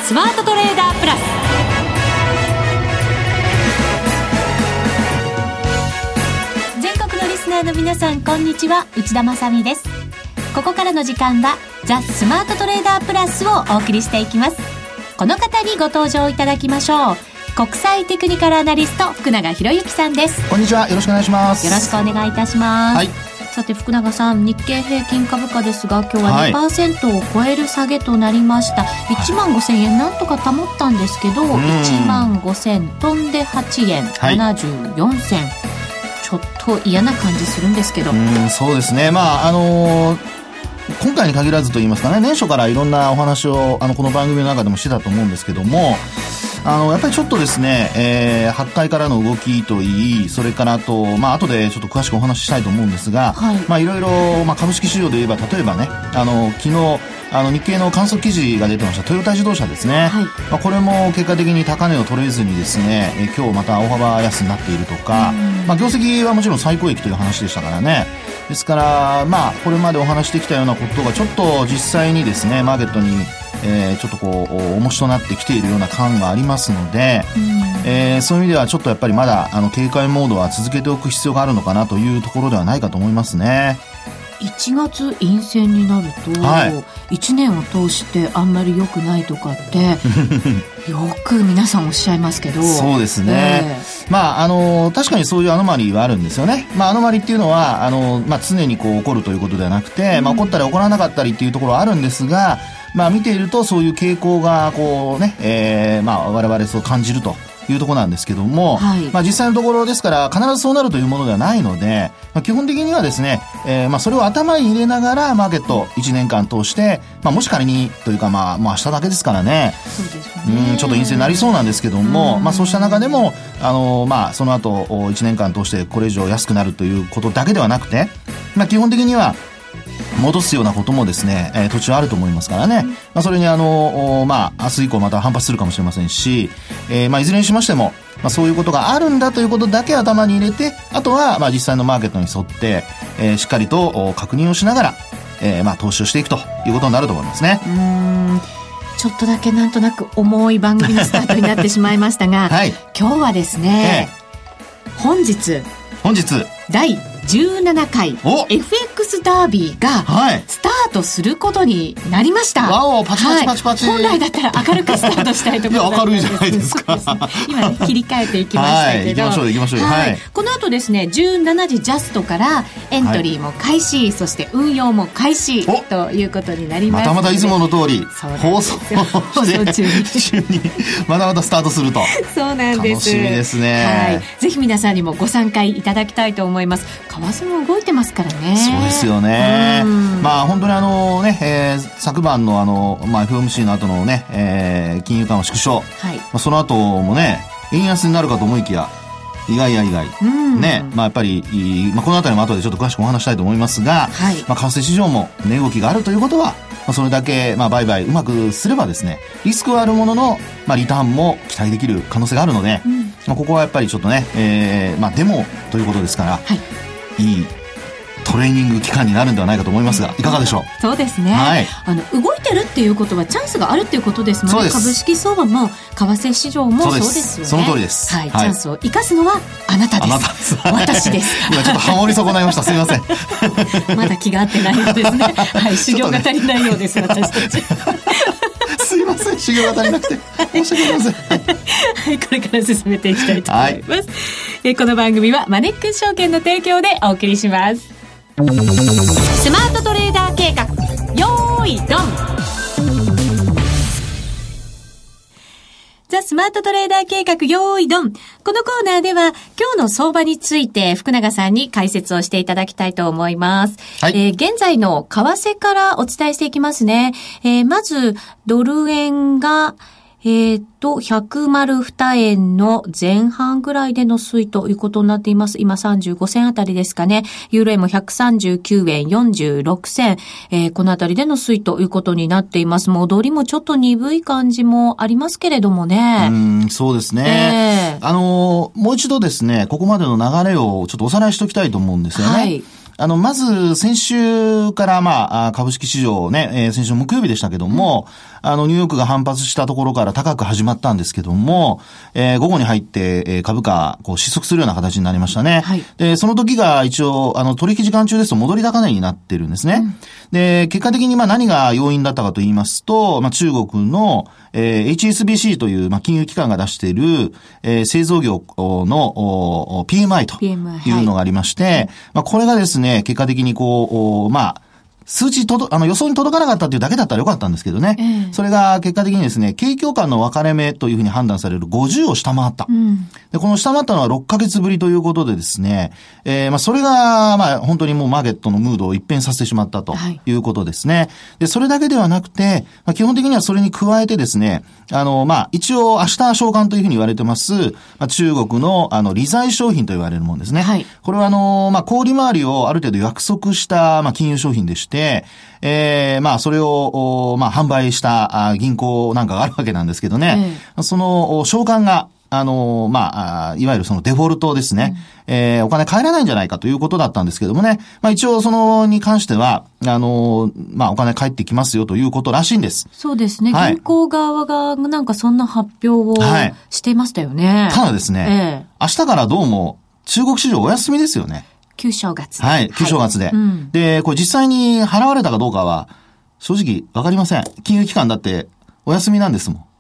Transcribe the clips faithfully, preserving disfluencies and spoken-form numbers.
スマートトレーダープラス。全国のリスナーの皆さん、こんにちは、内田まさみです。ここからの時間はザ・スマートトレーダープラスをお送りしていきます。この方にご登場いただきましょう。国際テクニカルアナリスト、福永博之さんです。 こんにちは、よろしくお願いします。 よろしくお願いいたします。 はい、 さて福永さん、日経平均株価ですが、今日は にパーセント を超える下げとなりました。いちまんごせんえんなんとか保ったんですけど、いちまんごせん飛んではちえんななじゅうよんせん、ちょっと嫌な感じするんですけど。 うん、そうですね。まああのー今回に限らずといいますかね、年初からいろんなお話をあのこの番組の中でもしてたと思うんですけども、あのやっぱりちょっとですね、えー、はちかいからの動きといい、それからあと、まあ後でちょっと詳しくお話ししたいと思うんですが、はい、まあいろいろ、まあ、株式市場で言えば、例えばね、あの昨日あの日経の観測記事が出てましたトヨタ自動車ですね、はい、まあ、これも結果的に高値を取れずにですね、え今日また大幅安になっているとか、まあ、業績はもちろん最高益という話でしたからね。ですからまあこれまでお話してきたようなことがちょっと実際にですねマーケットに、えー、ちょっとこう重しとなってきているような感がありますので、えー、そういう意味ではちょっとやっぱりまだあの警戒モードは続けておく必要があるのかなというところではないかと思いますね。 いちがつ陰線になると、はい、いちねんを通してあんまり良くないとかってよく皆さんおっしゃいますけど。 そうですね、えー、まああの確かにそういうアノマリーはあるんですよね。まあアノマリーっていうのはあの、まあ、常にこう起こるということではなくて、うん、まあ、起こったり起こらなかったりっていうところはあるんですが、まあ見ているとそういう傾向がこうね、えー、まあ我々そう感じるというところなんですけども、はい、まあ実際のところですから必ずそうなるというものではないので、まあ、基本的にはですね、えー、まあそれを頭に入れながらマーケットいちねんかん通して、まあもし仮にというかまあもう明日だけですからね、 そうですね、 うん、ちょっと陰性になりそうなんですけども、まあそうした中でもあのまあその後いちねんかん通してこれ以上安くなるということだけではなくて、まあ基本的には戻すようなこともですね、えー、途中あると思いますからね、うん、まあ、それにあの、まあ、明日以降また反発するかもしれませんし、えーまあ、いずれにしましても、まあ、そういうことがあるんだということだけ頭に入れて、あとはまあ実際のマーケットに沿って、えー、しっかりと確認をしながら、えーまあ、投資をしていくということになると思いますね。 うーん、ちょっとだけなんとなく重い番組のスタートになってしまいましたが、はい、今日はですね、えー、本日本日第じゅうななかい エフエックス ダービーがスタートすることになりました。 わお、パチパチパチパチ、 はい、本来だったら明るくスタートしたいところだったんです。 いや明るいじゃないですか。 そうですね、今ね切り替えていきましたけど、 はい、行きましょう行きましょう、はいはい、 この後ですねじゅうしちじジャストからエントリーも開始、はい、そして運用も開始ということになります。 またまたいつもの通り放送放送中に中にまだまだスタートすると。 そうなんです。 楽しみですね、 はい、ぜひ皆さんにもご参加いただきたいと思います。為替も動いてますからね。 そうですよね。まあ本当にあのね、えー、昨晩のあの、まあ、エフオーエムシー の後のね、えー、金融緩和縮小、はい、まあ、その後もね円安になるかと思いきや意外や意外、うん、ね、まあやっぱり、まあ、このあたりも後でちょっと詳しくお話したいと思いますが、はい、まあ、為替市場も値動きがあるということは、まあ、それだけ、まあ、売買うまくすればですねリスクはあるものの、まあ、リターンも期待できる可能性があるので、うん、まあ、ここはやっぱりちょっとね、えー、まあでもということですから、はい、いいトレーニング期間になるんではないかと思いますが、いかがでしょう。 そうですね、はい、あの動いてるっていうことはチャンスがあるっていうことですので、株式相場も為替市場もそうですよね。 その通りです、 はい、チャンスを生かすのはあなたです。 あなたです私です今ちょっとハモり損ないました、すみませんまだ気が合ってないようですねはい、修行が足りないようです、私たちすいません、修行が足りなくて申し訳ありませんはい、これから進めていきたいと思います、はい、えこの番組はマネックス証券の提供でお送りします。スマートトレーダー計画、よーいドン。ザ・スマートトレーダー計画、よーいドン。このコーナーでは今日の相場について福永さんに解説をしていただきたいと思います、はい、えー、現在の為替からお伝えしていきますね、えー、まずドル円がえーと、ひゃくにえんの前半ぐらいでの推移ということになっています。今さんじゅうごせんあたりですかね。ユーロ円もひゃくさんじゅうきゅうえんよんじゅうろくせん、えー、このあたりでの推移ということになっています。戻りもちょっと鈍い感じもありますけれどもね。 うん、そうですね。えー、あの、もう一度ですね、ここまでの流れをちょっとおさらいしておきたいと思うんですよね。はい。あの、まず、先週から、まあ、株式市場ね、えー、先週木曜日でしたけども、 あの、ニューヨークが反発したところから高く始まったんですけども、えー、午後に入って、えー、株価、こう、失速するような形になりましたね。はい。で、その時が一応、あの、取引時間中ですと戻り高値になってるんですね。うん、で、結果的にまあ何が要因だったかと言いますと、まあ中国の、えー、エイチエスビーシー という、まあ、金融機関が出している、えー、製造業の ピーエムアイ というのがありまして、はい、まあ、これがですね、結果的にこう、まあ、数値とど、あの予想に届かなかったっていうだけだったらよかったんですけどね。えー、それが結果的にですね、景況感の分かれ目というふうに判断されるごじゅうを下回った。うん、で、この下回ったのはろっかげつぶりということでですね、えー、まあ、それが、まあ、本当にもうマーケットのムードを一変させてしまったということですね。はい、で、それだけではなくて、まあ、基本的にはそれに加えてですね、あの、まあ、一応明日償還というふうに言われてます、まあ、中国の、あの、利財商品と言われるものですね。はい、これはあの、まあ、小売回りをある程度約束した、まあ、金融商品でして、えー、まあ、それを、まあ、販売した銀行なんかがあるわけなんですけどね、えー、その、償還が、あの、まあ、いわゆるそのデフォルトですね、うん、えー、お金返らないんじゃないかということだったんですけどもね、まあ一応そのに関しては、あの、まあお金返ってきますよということらしいんです。 そうですね、はい、銀行側がなんかそんな発表をしていましたよね。はい、 ただですね、えー、明日からどうも中国市場お休みですよね。 旧正月。 はい、旧正月で。はい、うん、で、これ実際に払われたかどうかは正直わかりません。金融機関だってお休みなんですもん。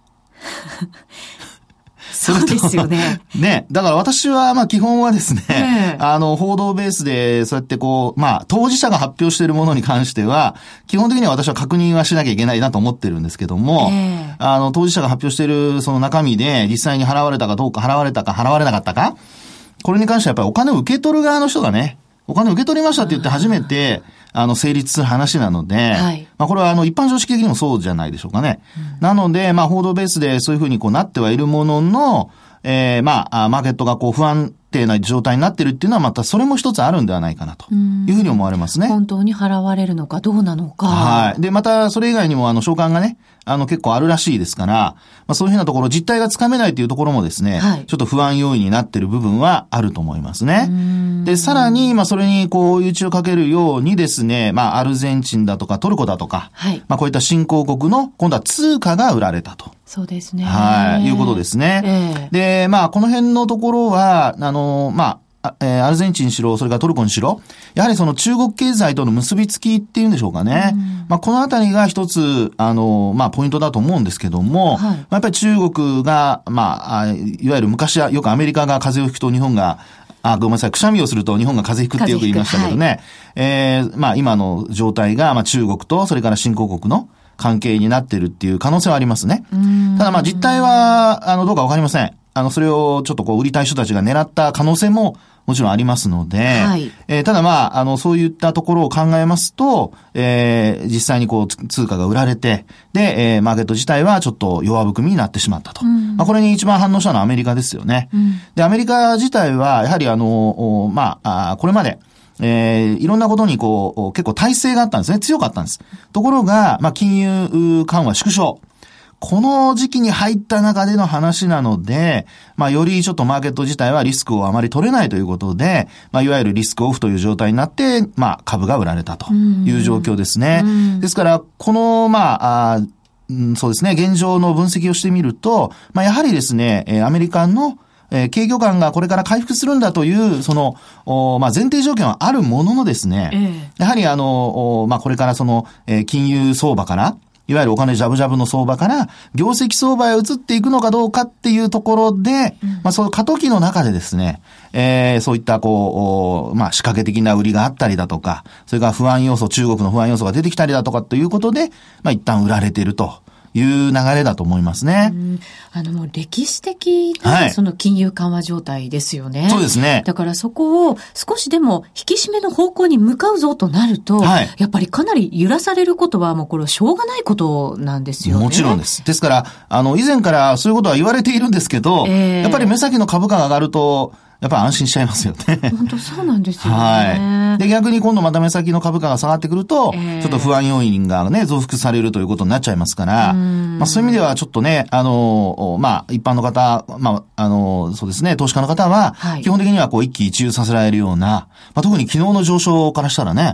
そうですよね。 ね。だから私は、まあ基本はですね、えー、あの、報道ベースで、そうやってこう、まあ、当事者が発表しているものに関しては、基本的には私は確認はしなきゃいけないなと思ってるんですけども、えー、あの、当事者が発表しているその中身で、実際に払われたかどうか、払われたか払われなかったか、これに関してはやっぱりお金を受け取る側の人がね、お金を受け取りましたって言って初めて、あの、成立する話なので、はい、まあこれはあの、一般常識的にもそうじゃないでしょうかね。うん、なので、まあ報道ベースでそういうふうにこうなってはいるものの、えー、まあ、マーケットがこう不安定な状態になってるっていうのはまたそれも一つあるんではないかなというふうに思われますね。 本当に払われるのかどうなのか。 はい。で、またそれ以外にもあの、償還がね、あの結構あるらしいですから、まあそういうふうなところ実態がつかめないというところもですね、はい、ちょっと不安要因になっている部分はあると思いますね。で、さらに、まあそれにこう、追い打ちをかけるようにですね、まあアルゼンチンだとかトルコだとか、はい、まあこういった新興国の今度は通貨が売られたと。 そうですね。 はい、いうことですね。えー、で、まあこの辺のところは、あの、まあ、えー、アルゼンチンにしろ、それからトルコにしろ、やはりその中国経済との結びつきっていうんでしょうかね。うん、まあこのあたりが一つ、あの、まあポイントだと思うんですけども、はい、まあ、やっぱり中国が、まあ、いわゆる昔はよくアメリカが風邪をひくと日本が、あ、ごめんなさい、くしゃみをすると日本が風邪ひくってよく言いましたけどね。はい、えー、まあ今の状態が、まあ中国と、それから新興国の関係になってるっていう可能性はありますね。ただまあ実態は、あの、どうかわかりません。あの、それをちょっとこう、売りたい人たちが狙った可能性ももちろんありますので、はい、えー、ただまあ、あの、そういったところを考えますと、えー、実際にこう、通貨が売られて、で、えー、マーケット自体はちょっと弱含みになってしまったと。うん、まあ、これに一番反応したのはアメリカですよね。うん、で、アメリカ自体は、やはりあの、まあ、これまで、えー、いろんなことにこう、結構耐性があったんですね。強かったんです。ところが、まあ、金融緩和縮小。この時期に入った中での話なので、まあ、よりちょっとマーケット自体はリスクをあまり取れないということで、まあ、いわゆるリスクオフという状態になって、まあ、株が売られたという状況ですね。ですから、この、まあ、あそうですね、現状の分析をしてみると、まあ、やはりですね、アメリカのえー、景況感がこれから回復するんだという、その、まあ、前提条件はあるもののですね、えー、やはりあの、まあ、これからその、えー、金融相場から、いわゆるお金ジャブジャブの相場から、業績相場へ移っていくのかどうかっていうところで、うん、まあ、そういう過渡期の中でですね、えー、そういったこう、まあ、仕掛け的な売りがあったりだとか、それから不安要素、中国の不安要素が出てきたりだとかということで、まあ、一旦売られていると。いう流れだと思いますね。うん、 あのもう歴史的なその金融緩和状態ですよね。 はい、そうですね。 だからそこを少しでも引き締めの方向に向かうぞとなると、はい、やっぱりかなり揺らされることはもうこれはしょうがないことなんですよね。 もちろんです。ですからあの以前からそういうことは言われているんですけど、えー、やっぱり目先の株価が上がるとやっぱり安心しちゃいますよね。 本当そうなんですよね。 はい。で、逆に今度また目先の株価が下がってくると、えー、ちょっと不安要因がね、増幅されるということになっちゃいますから、まあそういう意味ではちょっとね、あの、まあ一般の方、まあ、あの、そうですね、投資家の方は、基本的にはこう一喜一憂させられるような、まあ特に昨日の上昇からしたらね、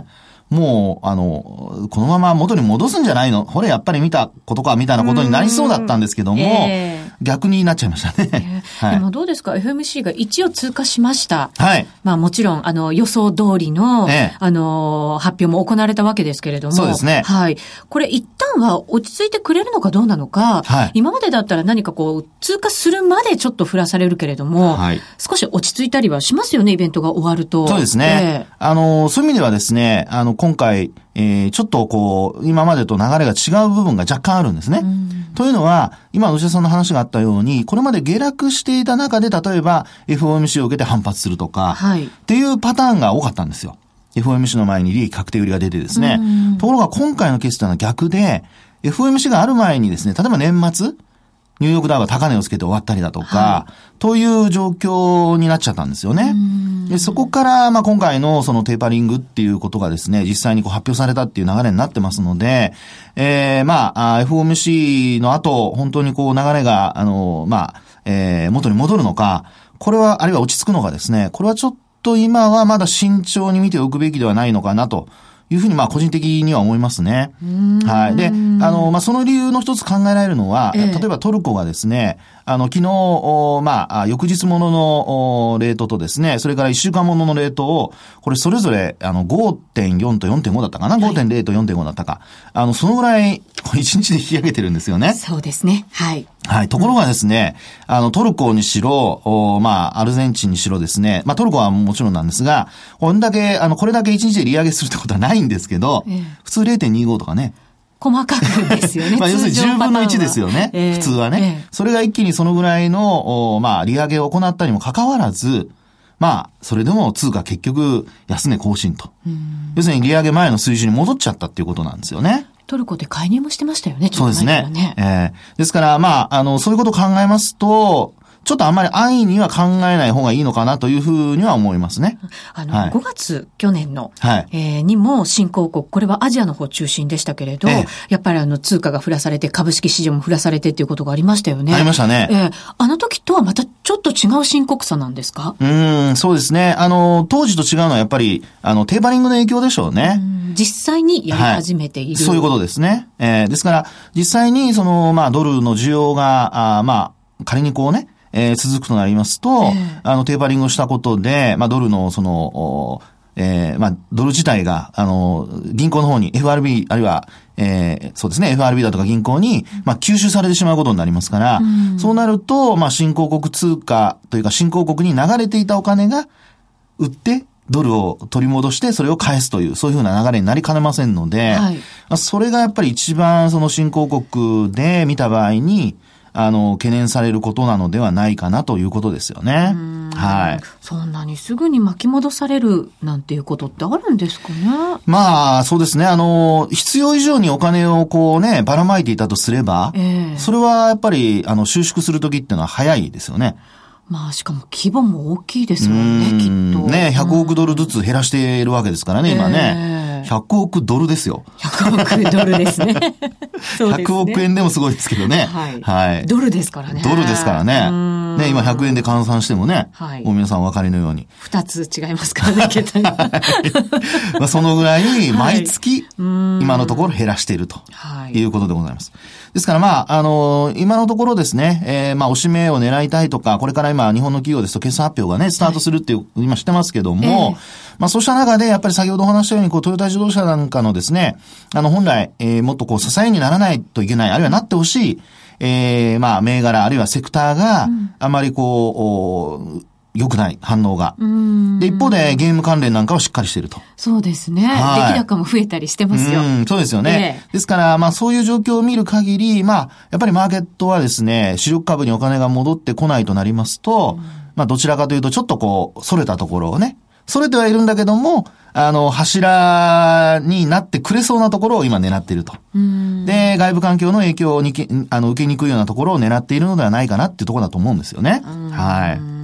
もう、あの、このまま元に戻すんじゃないの？これやっぱり見たことかみたいなことになりそうだったんですけども、えー、逆になっちゃいましたね。 えーはい、でもどうですか？ エフエムシー がいちを通過しました。 はい。 まあもちろん、あの、予想通りの、えー、あの、発表も行われたわけですけれども。 そうですね。 はい。これ一旦は落ち着いてくれるのかどうなのか、はい、今までだったら何かこう、通過するまでちょっと振らされるけれども、はい、少し落ち着いたりはしますよね、イベントが終わると。 そうですね。えー、あの、そういう意味ではですね、あの、今回、えー、ちょっとこう、今までと流れが違う部分が若干あるんですね。というのは、今、内田さんの話があったように、これまで下落していた中で、例えば エフオーエムシー を受けて反発するとか、はい、っていうパターンが多かったんですよ。エフオーエムシー の前に利益確定売りが出てですね。ところが今回のケースというのは逆で、エフオーエムシー がある前にですね、例えば年末、ニューヨークダウが高値をつけて終わったりだとか、はい、という状況になっちゃったんですよね。でそこから、まあ、今回のそのテーパリングっていうことがですね、実際にこう発表されたっていう流れになってますので、えー、まあ、エフオーエムシー の後、本当にこう流れが、あの、まあ、えー、元に戻るのか、これは、あるいは落ち着くのかですね、これはちょっと今はまだ慎重に見ておくべきではないのかなと。いうふうに、まあ、個人的には思いますね。はい。で、あの、まあ、その理由の一つ考えられるのは、ええ、例えばトルコがですね、あの、昨日、まあ、翌日もののレートとですね、それからいっしゅうかんもののレートを、これそれぞれ、あの、ごてんよん と よんてんご だったかな、はい、ごてんゼロ と よんてんご だったか。あの、そのぐらい、いちにちで引き上げてるんですよね。 そうですね。はい。 はい。ところがですね、あの、トルコにしろ、まあ、アルゼンチンにしろですね、まあ、トルコはもちろんなんですが、こんだけ、あの、これだけいちにちで利上げするってことはないんですけど、ええ、普通 ゼロてんにご とかね。 細かくですよね。 まあ、要するにじゅうぶんのいちですよね。えー、普通はね、えー。それが一気にそのぐらいの、まあ、利上げを行ったにもかかわらず、まあ、それでも通貨結局、安値更新と。要するに利上げ前の水準に戻っちゃったっていうことなんですよね。 トルコで介入もしてましたよね、 そうですね。えー、ですから、まあ、あの、そういうことを考えますと、ちょっとあんまり安易には考えない方がいいのかなというふうには思いますね。 あの、はい、ごがつ、去年の、はい、えー、にも新興国、これはアジアの方中心でしたけれど、ええ、やっぱりあの、通貨が振らされて、株式市場も振らされてっていうことがありましたよね。 ありましたね。 えー、あの時とはまたちょっと違う深刻さなんですか？ うーん、そうですね。あの、当時と違うのはやっぱり、あの、テーパリングの影響でしょうね。 うん、実際にやり始めている、はい。 そういうことですね。えー、ですから、実際にその、まあ、ドルの需要が、あまあ、仮にこうね、えー、続くとなりますと、えー、あの、テーパリングをしたことで、まあ、ドルの、その、えー、まあ、ドル自体が、あの、銀行の方に エフアールビー、あるいは、えー、そうですね、エフアールビー だとか銀行に、まあ、吸収されてしまうことになりますから、うん、そうなると、まあ、新興国通貨というか、新興国に流れていたお金が、売って、ドルを取り戻して、それを返すという、そういうふうな流れになりかねませんので、はい、それがやっぱり一番、その新興国で見た場合に、あの、懸念されることなのではないかなということですよね。はい。 そんなにすぐに巻き戻されるなんていうことってあるんですかね。 まあ、そうですね。あの、必要以上にお金をこうね、ばらまいていたとすれば、えー、それはやっぱり、あの、収縮するときっていうのは早いですよね。 まあ、しかも規模も大きいですもんね、きっと。 ね、ひゃくおくドルずつ減らしているわけですからね、今ね。えーひゃくおくドルですよ。 ひゃくおくドルですね。そうですね。 ひゃくおくえんでもすごいですけどね。 はい。はい。ドルですからね。 ドルですからね。ね、今ひゃくえんで換算してもね。はい。もう皆さんお分かりのように。 二つ違いますからね、桁が。 まあそのぐらい、毎月、今のところ減らしていると。はい。いうことでございます。ですからまあ、あのー、今のところですね、えー、まあ、おしめを狙いたいとか、これから今、日本の企業ですと決算発表がね、スタートするっていう、はい、今してますけども、えー、まあ、そうした中で、やっぱり先ほどお話したように、こう、トヨタ自動車なんかのですね、あの、本来、えー、もっとこう、支えにならないといけない、あるいはなってほしい、えー、まあ、銘柄、あるいはセクターが、あまりこう、うん良くない反応が。で、一方でゲーム関連なんかはしっかりしていると。 そうですね。はい、出来高も増えたりしてますよ。 うん、そうですよね。えー、ですから、まあそういう状況を見る限り、まあ、やっぱりマーケットはですね、主力株にお金が戻ってこないとなりますと、まあどちらかというとちょっとこう、逸れたところをね、逸れてはいるんだけども、あの、柱になってくれそうなところを今狙っていると。で、外部環境の影響をにあの受けにくいようなところを狙っているのではないかなっていうところだと思うんですよね。はい。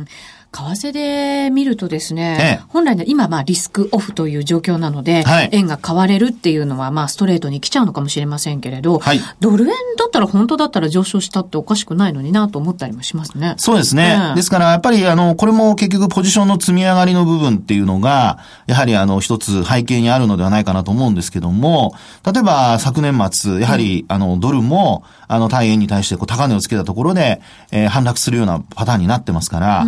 為替で見るとですね、 ええ、 本来の今まあリスクオフという状況なので、はい、円が買われるっていうのはまあストレートに来ちゃうのかもしれませんけれど、はい、ドル円だったら本当だったら上昇したっておかしくないのになと思ったりもしますね。 そうですね。ええ、ですからやっぱりあのこれも結局ポジションの積み上がりの部分っていうのがやはりあの一つ背景にあるのではないかなと思うんですけども、例えば昨年末やはり、うん、あのドルもあの対円に対してこう高値をつけたところで、えー、反落するようなパターンになってますから、うん、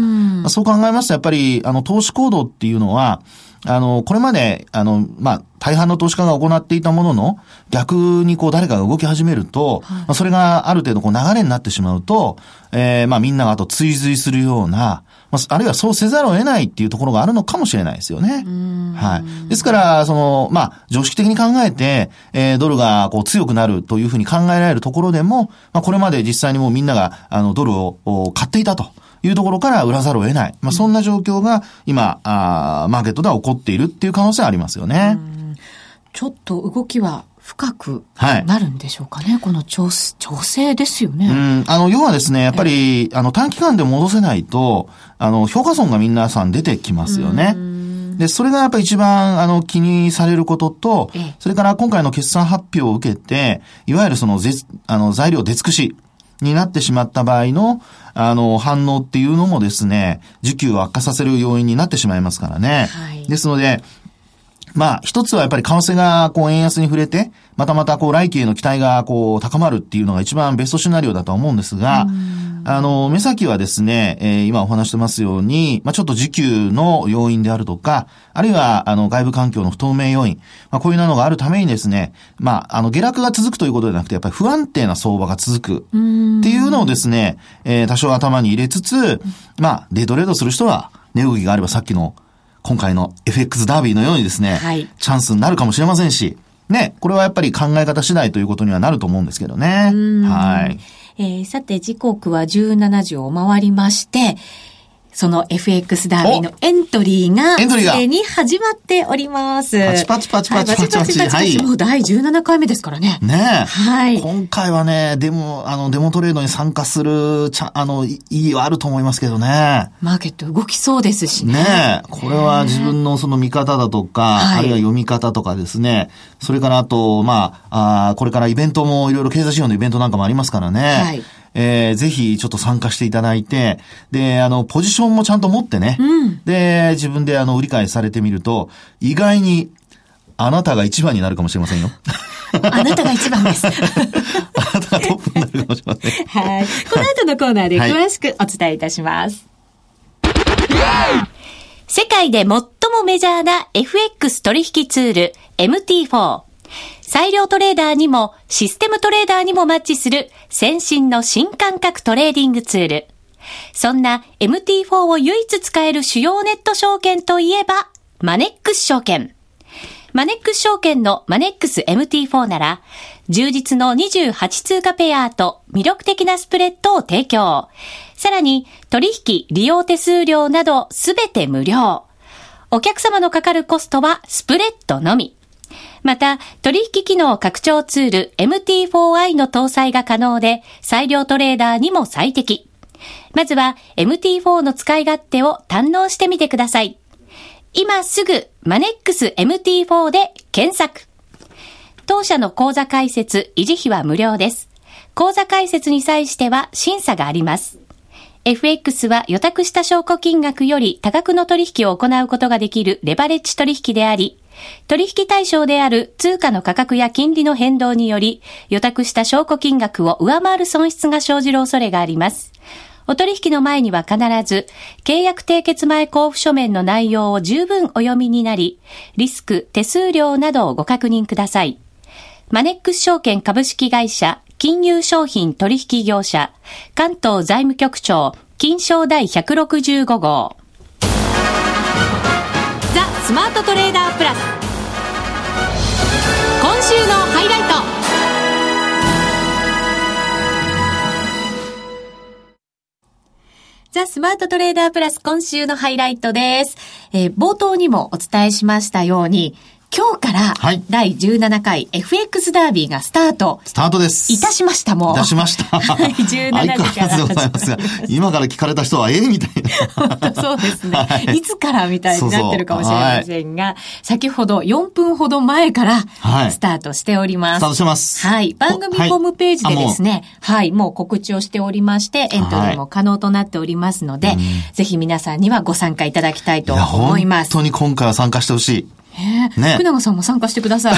そう考えますとやっぱりあの投資行動っていうのはあのこれまであのまあ大半の投資家が行っていたものの逆にこう誰かが動き始めると、はい、まあ、それがある程度こう流れになってしまうと、えー、まあみんながあと追随するような、まあ、あるいはそうせざるを得ないっていうところがあるのかもしれないですよね。はい。ですからそのまあ常識的に考えて、えー、ドルがこう強くなるというふうに考えられるところでも、まあこれまで実際にもうみんながあのドルを買っていたというところから売らざるを得ない。まあそんな状況が今、あマーケットでは起こっているっていう可能性はありますよね。 ちょっと動きは深くなるんでしょうかね、はい、この調調整ですよね。 うん、あの、要はですね、やっぱり、あの、短期間で戻せないと、あの、評価損が皆さん出てきますよね。で、それがやっぱり一番、あの、気にされることと、それから今回の決算発表を受けて、いわゆるその、ぜあの、材料出尽くしになってしまった場合の、あの、反応っていうのもですね、需給を悪化させる要因になってしまいますからね。はい、ですので、まあ、一つはやっぱり為替がこう円安に触れて、またまたこう来期への期待がこう高まるっていうのが一番ベストシナリオだとは思うんですが、あの、目先はですね、えー、今お話してますように、まあちょっと需給の要因であるとか、あるいはあの外部環境の不透明要因、まあこういうのがあるためにですね、まああの下落が続くということではなくて、やっぱり不安定な相場が続くっていうのをですね、えー、多少頭に入れつつ、まあデイトレードする人は値動きがあればさっきの今回の エフエックス ダービーのようにですね、はい、チャンスになるかもしれませんし、ね、これはやっぱり考え方次第ということにはなると思うんですけどね。はい。 えー、さて時刻はじゅうしちじを回りまして、その エフエックス ダービーのエントリーがすでに始まっております。 パチパチパチパチパチパチ。 はい、パチパチパチパチ、はい、もうだいじゅうななかいめですからね。 ねえ。はい。今回はね、デモ、あの、デモトレードに参加する、ちゃ、あの、意義はあると思いますけどね。 マーケット動きそうですしね。 ねえ。これは自分のその見方だとか、はい、あるいは読み方とかですね。それからあと、まあ、あこれからイベントもいろいろ経済指標のイベントなんかもありますからね。はい。えー、ぜひちょっと参加していただいて、で、あの、ポジションもちゃんと持ってね、うん、で、自分であの、売り買いされてみると、意外に、あなたが一番になるかもしれませんよ。 あなたが一番です。 あなたがトップになるかもしれません。 はい。この後のコーナーで詳しくお伝えいたします。はい、世界で最もメジャーな エフエックス 取引ツール エムティーフォー。裁量トレーダーにもシステムトレーダーにもマッチする先進の新感覚トレーディングツール。そんな エムティーフォー を唯一使える主要ネット証券といえばマネックス証券。マネックス証券のマネックス エムティーフォー なら充実のにじゅうはち通貨ペアと魅力的なスプレッドを提供。さらに取引利用手数料などすべて無料。お客様のかかるコストはスプレッドのみ。また、取引機能拡張ツール エムティーフォーアイ の搭載が可能で、裁量トレーダーにも最適。まずは エムティーフォー の使い勝手を堪能してみてください。今すぐマネックス エムティーフォー で検索。当社の口座開設、維持費は無料です。口座開設に際しては審査があります。エフエックス は予託した証拠金額より多額の取引を行うことができるレバレッジ取引であり、取引対象である通貨の価格や金利の変動により、予託した証拠金額を上回る損失が生じる恐れがあります。お取引の前には必ず、契約締結前交付書面の内容を十分お読みになり、リスク、手数料などをご確認ください。マネックス証券株式会社、金融商品取引業者、関東財務局長、金商第ひゃくろくじゅうご号。ザ・スマートトレーダープラス。今週のハイライト。ザ・スマートトレーダープラス今週のハイライトです。えー、冒頭にもお伝えしましたように、 今日からだいじゅうななかい エフエックス ダービーがスタート。 スタートです。 いたしました、もう。 いたしました。 はい、じゅうななじから。 相変わらずでございますが、今から聞かれた人は、ええみたいな。そうですね、はい。いつからみたいになってるかもしれませんが、そうそう、はい、先ほどよんぷんほど前からスタートしております。はい、 スタートしてます。 はい。番組ホームページでですね、はい、はい、もう告知をしておりまして、エントリーも可能となっておりますので、はい、ぜひ皆さんにはご参加いただきたいと思います。 本当に今回は参加してほしい。 えー、ね、福永さんも参加してください。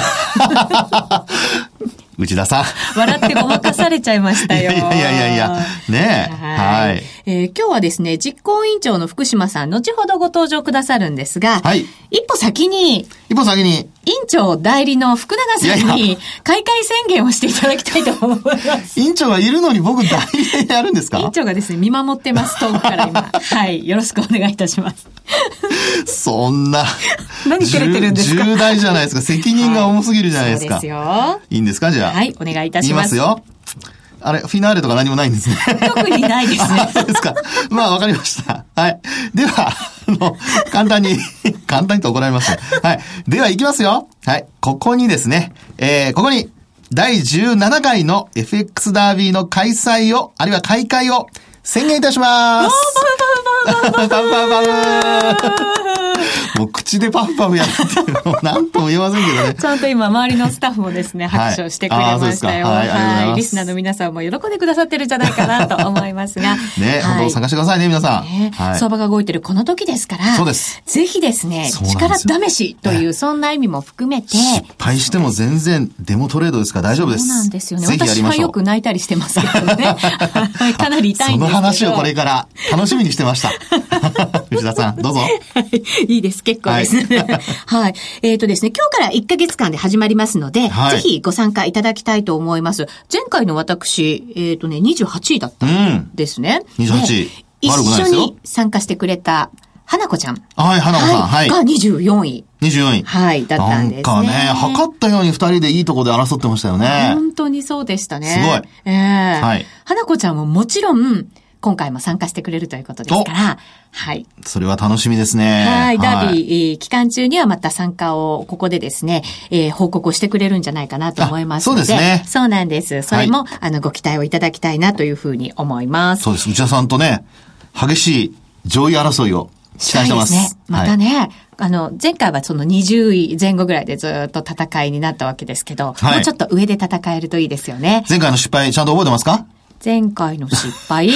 内田さん。 笑ってごまかされちゃいましたよ。 いやいやいやいや。ねえ。はい。はい、 えー、今日はですね、実行委員長の福島さん、後ほどご登場くださるんですが、はい。一歩先に、 一歩先に、 委員長代理の福永さんに開会宣言をしていただきたいと思います。 委員長がいるのに僕代理でやるんですか？ 委員長がですね、見守ってます、遠くから今。はい。よろしくお願いいたします。 そんな。 何照れてるんですか？ 重大じゃないですか。責任が重すぎるじゃないですか。 はい、そうですよ。 いいんですか、じゃあ。 はい、お願いいたします。 言いますよ。あれ、フィナーレとか何もないんですね。 特にないですね。 そうですか。まあ、わかりました。はい。では、あの、簡単に、簡単にと怒られますね。はい。では、行きますよ。はい。ここにですね、えー、ここに、だいじゅうななかいの エフエックス ダービーの開催を、あるいは開会を宣言いたします。 バンバンバンバンバンバンバンバンもう口でパフパフやってるの何とも言えませんけどね。 ちゃんと今周りのスタッフもですね、拍手をしてくれましたよ。はい。はい、リスナーの皆さんも喜んでくださってるんじゃないかなと思いますが。 ね、はい、本当参加してくださいね、皆さん。ね、 はい、相場が動いてるこの時ですから。そうです。ぜひですね、力試しという、そんな意味も含めて。 失敗しても全然デモトレードですから大丈夫です。 そうなんですよね。私はよく泣いたりしてますけどね。かなり痛いんですけど。その話をこれから楽しみにしてました。藤田さん、どうぞ。 いいです。結構ですね。はい。はい、えっとですね、今日からいっかげつかんで始まりますので、はい、ぜひご参加いただきたいと思います。前回の私、えっとね、にじゅうはちいだったんですね。 うん、にじゅうはちい。 一緒に参加してくれた、花子ちゃん。 はい、花子さん。はい。 がにじゅうよんい。 にじゅうよんい。 はい、だったんですね。 なんかね、測ったように二人でいいとこで争ってましたよね。 本当にそうでしたね。 すごい。 ええー。はい。花子ちゃんももちろん、今回も参加してくれるということですから、はい。 それは楽しみですね。 はい。ダービー、はい、期間中にはまた参加を、ここでですね、えー、報告をしてくれるんじゃないかなと思いますので。 そうですね。 そうなんです。それも、はい、あの、ご期待をいただきたいなというふうに思います。 そうです。内田さんとね、激しい上位争いを期待してます。 そうですね。またね、はい、あの、前回はそのにじゅういぜん後ぐらいでずっと戦いになったわけですけど、はい、もうちょっと上で戦えるといいですよね。 前回の失敗、ちゃんと覚えてますか？ 前回の失敗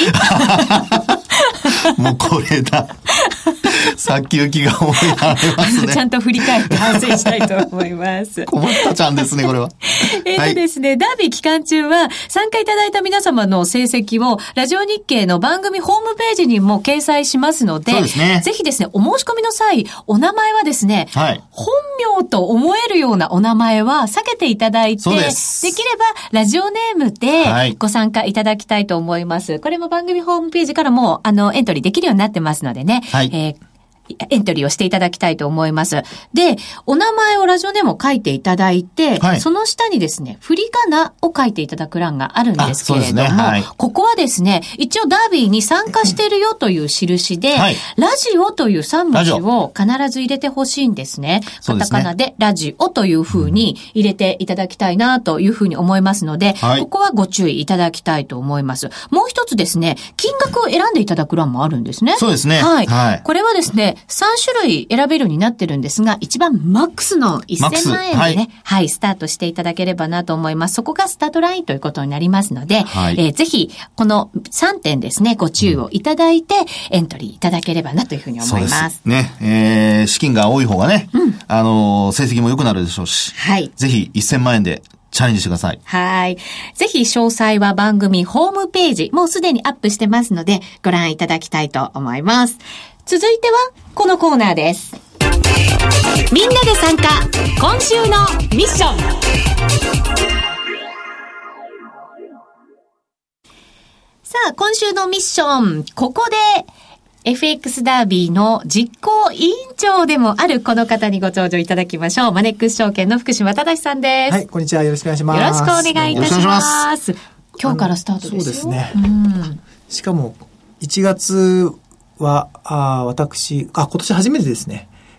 もうこれだ。先行きが思いられますね。 ちゃんと振り返って反省したいと思います。 困ったちゃんですね、これは。 えっとですね、はい、ダービー期間中は参加いただいた皆様の成績をラジオ日経の番組ホームページにも掲載しますので、そうですね、ぜひですね、お申し込みの際、お名前はですね、はい、本名と思えるようなお名前は避けていただいて、そうです。できればラジオネームでご参加いただきたいと思います。はい、これも番組ホームページからもあのエントリーできるようになってますのでね、はい、えーエントリーをしていただきたいと思います。で、お名前をラジオネームを書いていただいて、はい、その下にですね、振り仮名を書いていただく欄があるんですけれども、ね、はい、ここはですね、一応ダービーに参加しているよという印で、はい、ラジオというさん文字を必ず入れてほしいんですね。カタカナでラジオという風に入れていただきたいなという風に思いますので、はい、ここはご注意いただきたいと思います。もう一つですね、金額を選んでいただく欄もあるんですね。 そうですね。 はい。はい、これはですね、さん種類選べるようになってるんですが、一番マックスのせんまんえんでね、はい、はい、スタートしていただければなと思います。そこがスタートラインということになりますので、はい、えー、ぜひ、このさんてんですね、ご注意をいただいて、うん、エントリーいただければなというふうに思います。そうですね。えー、資金が多い方がね、うん、あのー、成績も良くなるでしょうし、はい。ぜひせんまんえんで、チャレンジしてください。 はい。ぜひ詳細は番組ホームページ、もうすでにアップしてますので、ご覧いただきたいと思います。続いては、このコーナーです。みんなで参加、今週のミッション。さあ、今週のミッション、ここで、エフエックス ダービーの実行委員長でもあるこの方にご登場いただきましょう。マネックス証券の福島忠さんです。 はい、こんにちは。よろしくお願いします。 よろしくお願いいたします。今日からスタートですよ。 そうですね。うん、しかも、いちがつは、あ私、あ、今年初めてですね。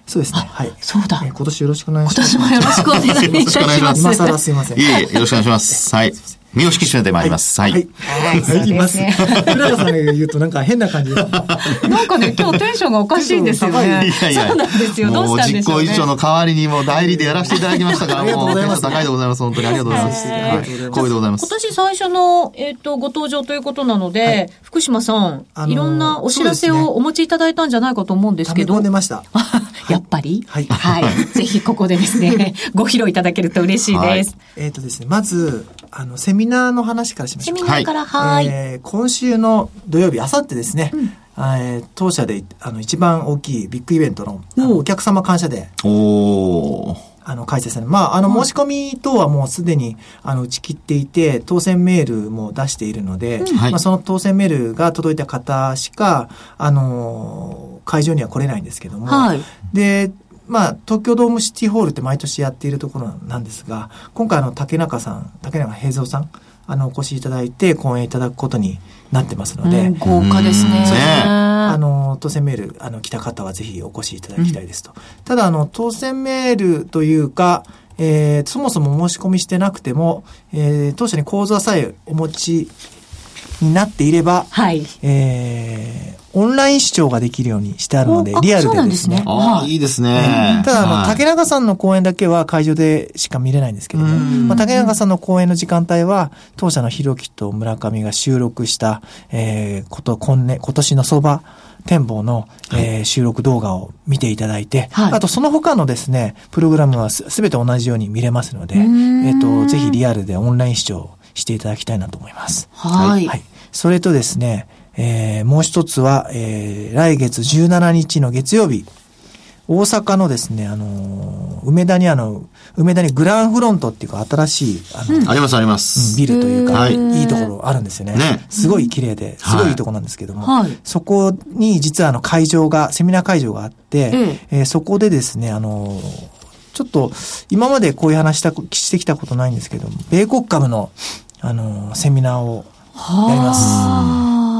そうですね。はい。 そうだ。 えー、今年よろしくお願いします。 今年もよろしくお願いいたします。 今更すいません。 いえいえ、よろしくお願いします。はい。身を引き締めてまいります。はい。 はい。はい。はい。います。古田さんが言うとなんか変な感じで。 なんかね、今日テンションがおかしいんですよね。いやいやそうなんですよ。どうしたんでしょうね。もう実行委員長の代わりにも代理でやらせていただきましたから、もうテンション高いでございます。本当にありがとうございます。はい。光栄でございます。 今年最初の、えっと、ご登場ということなので、福島さん、いろんなお知らせをお持ちいただいたんじゃないかと思うんですけど。 溜め込んでました。 やっぱりはい。 はい。ぜひここでですね、ご披露いただけると嬉しいです。 えっとですね、まず、あの、セミナーの話からしましょう。 セミナーから、はい。 えー、今週の土曜日、あさってですね、うんえー、当社であの一番大きいビッグイベント の, あのお客様感謝デーおあの開催される。まあ、あの申し込み等はもうすでにあの打ち切っていて、当選メールも出しているので、うんまあ、その当選メールが届いた方しか、あの会場には来れないんですけども、はい、でまあ、東京ドームシティホールって毎年やっているところなんですが、今回あの竹中さん、竹中平蔵さん、あのお越しいただいて講演いただくことになってますので、うん、 豪華ですね。 あの当選メールあの来た方はぜひお越しいただきたいですと。うん、ただあの当選メールというか、えー、そもそも申し込みしてなくても、えー、当社に口座さえお持ちになっていれば、はいえー、オンライン視聴ができるようにしてあるので、リアルでですね。 ああ、いいですね。 ただ、あの、はい、竹中さんの講演だけは会場でしか見れないんですけども、まあ、竹中さんの講演の時間帯は、当社のひろきと村上が収録した、えー、こと、今年、今年の相場展望の、えー、収録動画を見ていただいて、はい、あとその他のですね、プログラムはすべて同じように見れますので、えっと、ぜひリアルでオンライン視聴していただきたいなと思います。 はい。 はい。それとですね、えー、もう一つは、えー、来月じゅうしちにちの月曜日、大阪のですね、あのー、梅田にあの、梅田にグランフロントっていうか新しい、 あの、うん、ありますあります。 ビルというか、いいところあるんですよね。ね。すごい綺麗で、すごいいいところなんですけども、はい、そこに実はあの会場が、セミナー会場があって、うんえー、そこでですね、あのー、ちょっと、今までこういう話した、してきたことないんですけども、米国株の、あのー、セミナーをやります。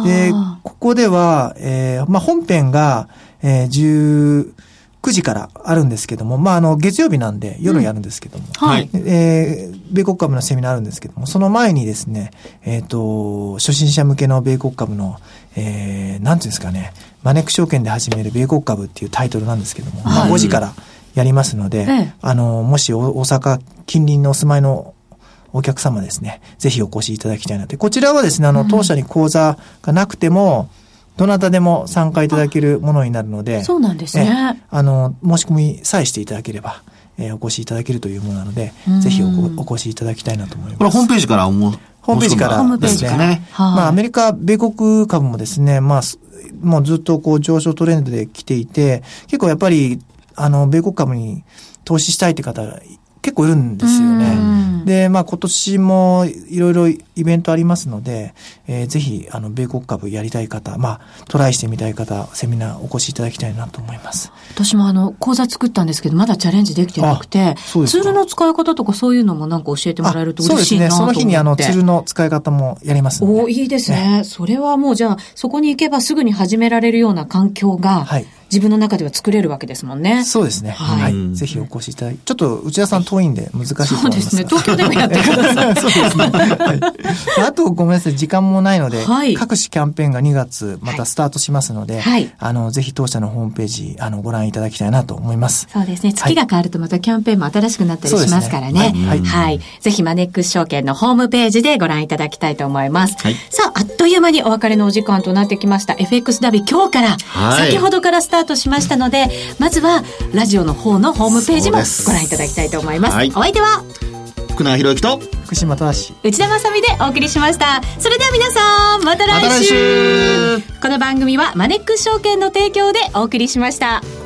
で、ここでは、えー、まあ、本編が、えー、じゅうくじからあるんですけども、まあ、あの、月曜日なんで夜やるんですけども、うん、はい。えー、米国株のセミナーあるんですけども、その前にですね、えっと、初心者向けの米国株の、えー、なんていうんですかね、マネック証券で始める米国株っていうタイトルなんですけども、はい、まあ、ごじからやりますので、ええ、あの、もし大阪近隣のお住まいのお客様ですね、ぜひお越しいただきたいなと。こちらはですね、あの、当社に口座がなくても、どなたでも参加いただけるものになるので、 そうなんですね。 あの、申し込みさえしていただければ、えー、お越しいただけるというものなので、ぜひ お, お越しいただきたいなと思います。 これホームページからもホームページからですね。まあ、アメリカ、米国株もですね、まあ、もうずっとこう上昇トレンドで来ていて、結構やっぱり、あの、米国株に投資したいって方、結構いるんですよね。で、まあ今年もいろいろイベントありますので、えー、ぜひ、あの、米国株やりたい方、まあ、トライしてみたい方、セミナーお越しいただきたいなと思います。 私もあの、講座作ったんですけど、まだチャレンジできてなくて、ツールの使い方とかそういうのもなんか教えてもらえると嬉しいなと思って。 そうですね。その日にあの、ツールの使い方もやりますので。 お、いいですね。ねそれはもうじゃあ、そこに行けばすぐに始められるような環境が、はい。自分の中では作れるわけですもんね。 そうですね。はい。はい、ぜひお越しいただき、ちょっと内田さん遠いんで難しいと思います。 そうですね。東京でもやってください。 そうですね。はい。あとごめんなさい、時間もないので、はい、各種キャンペーンがにがつまたスタートしますので、はい、あの、ぜひ当社のホームページ、あの、ご覧いただきたいなと思います。 そうですね。月が変わるとまたキャンペーンも新しくなったりしますからね。はい。はい。はい、ぜひマネックス証券のホームページでご覧いただきたいと思います。はい、さあ、あっという間にお別れのお時間となってきました。エフエックス ダビ今日から、はい、先ほどからスタートしましたので、まずはラジオの方のホームページもご覧いただきたいと思います。はい、お相手は福永博之と福島正内田まさみでお送りしました。それでは皆さんまた来週、また来週。この番組はマネックス証券の提供でお送りしました。